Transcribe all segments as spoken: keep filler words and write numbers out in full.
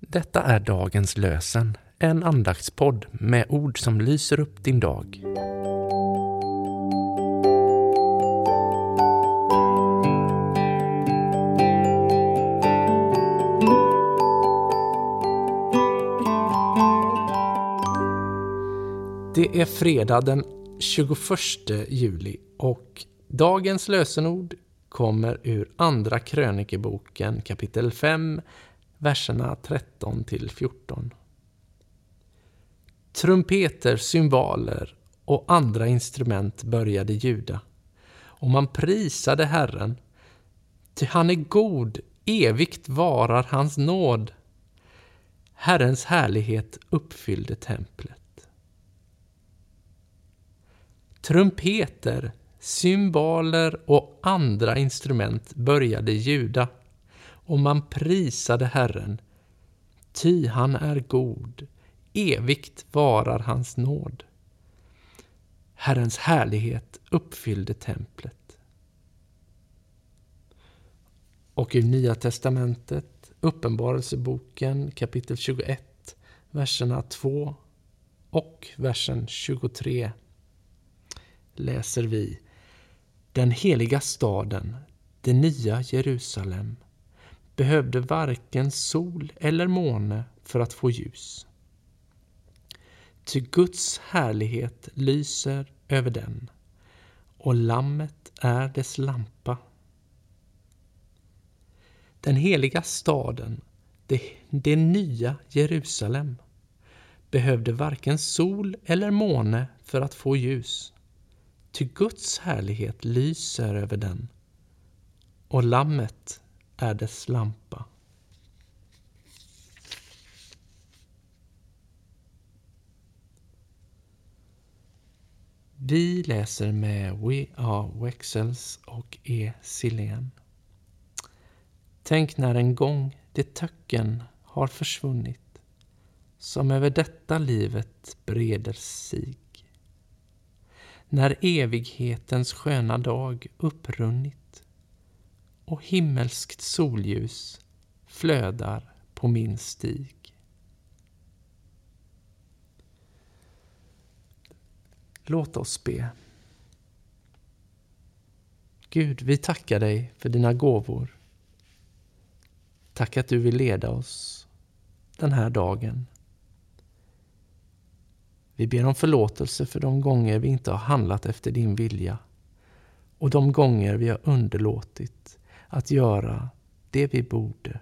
Detta är dagens lösen, en andaktspodd med ord som lyser upp din dag. Det är fredag den tjugoförsta juli och dagens lösenord kommer ur andra krönikeboken kapitel fem, verserna tretton till fjorton. Trumpeter, cymbaler och andra instrument började ljuda, och man prisade Herren, ty han är god, evigt varar hans nåd. Herrens härlighet uppfyllde templet. Trumpeter, cymbaler och andra instrument började ljuda, och man prisade Herren, ty han är god, evigt varar hans nåd. Herrens härlighet uppfyllde templet. Och ur Nya testamentet, Uppenbarelseboken kapitel tjugoett, verserna två och versen tjugotre, läser vi: Den heliga staden, det nya Jerusalem, behövde varken sol eller måne för att få ljus. Ty Guds härlighet lyser över den, och lammet är dess lampa. Den heliga staden, det, det nya Jerusalem, behövde varken sol eller måne för att få ljus. Ty Guds härlighet lyser över den, och lammet är dess lampa. Vi läser med We Are Wexels och E. Silén. Tänk när en gång det töcken har försvunnit, som över detta livet breder sig. När evighetens sköna dag upprunnit och himmelskt solljus flödar på min stig. Låt oss be. Gud, vi tackar dig för dina gåvor. Tack att du vill leda oss den här dagen. Vi ber om förlåtelse för de gånger vi inte har handlat efter din vilja och de gånger vi har underlåtit att göra det vi borde.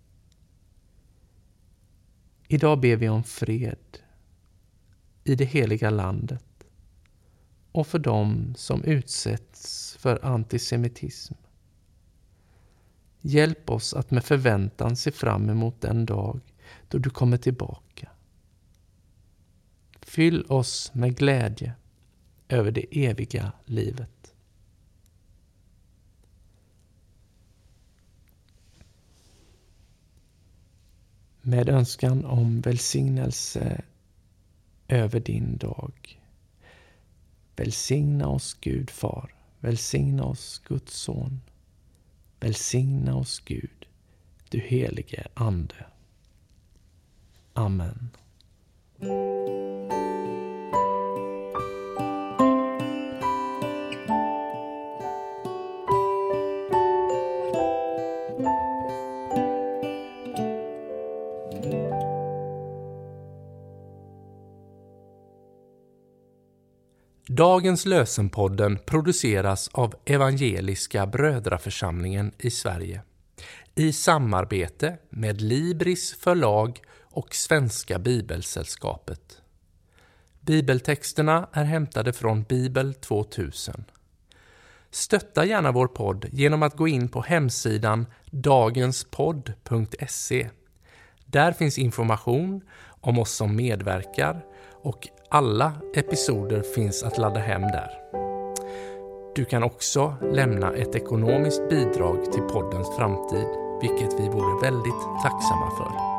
Idag ber vi om fred i det heliga landet och för dem som utsätts för antisemitism. Hjälp oss att med förväntan se fram emot den dag då du kommer tillbaka. Fyll oss med glädje över det eviga livet. Med önskan om välsignelse över din dag. Välsigna oss Gud Far, välsigna oss Guds Son, välsigna oss Gud, du helige Ande. Amen. Dagens lösenpodden produceras av Evangeliska Brödraförsamlingen i Sverige i samarbete med Libris förlag och Svenska Bibelsällskapet. Bibeltexterna är hämtade från Bibel tvåtusen. Stötta gärna vår podd genom att gå in på hemsidan dagenspodd punkt se. Där finns information om oss som medverkar och alla episoder finns att ladda hem där. Du kan också lämna ett ekonomiskt bidrag till poddens framtid, vilket vi vore väldigt tacksamma för.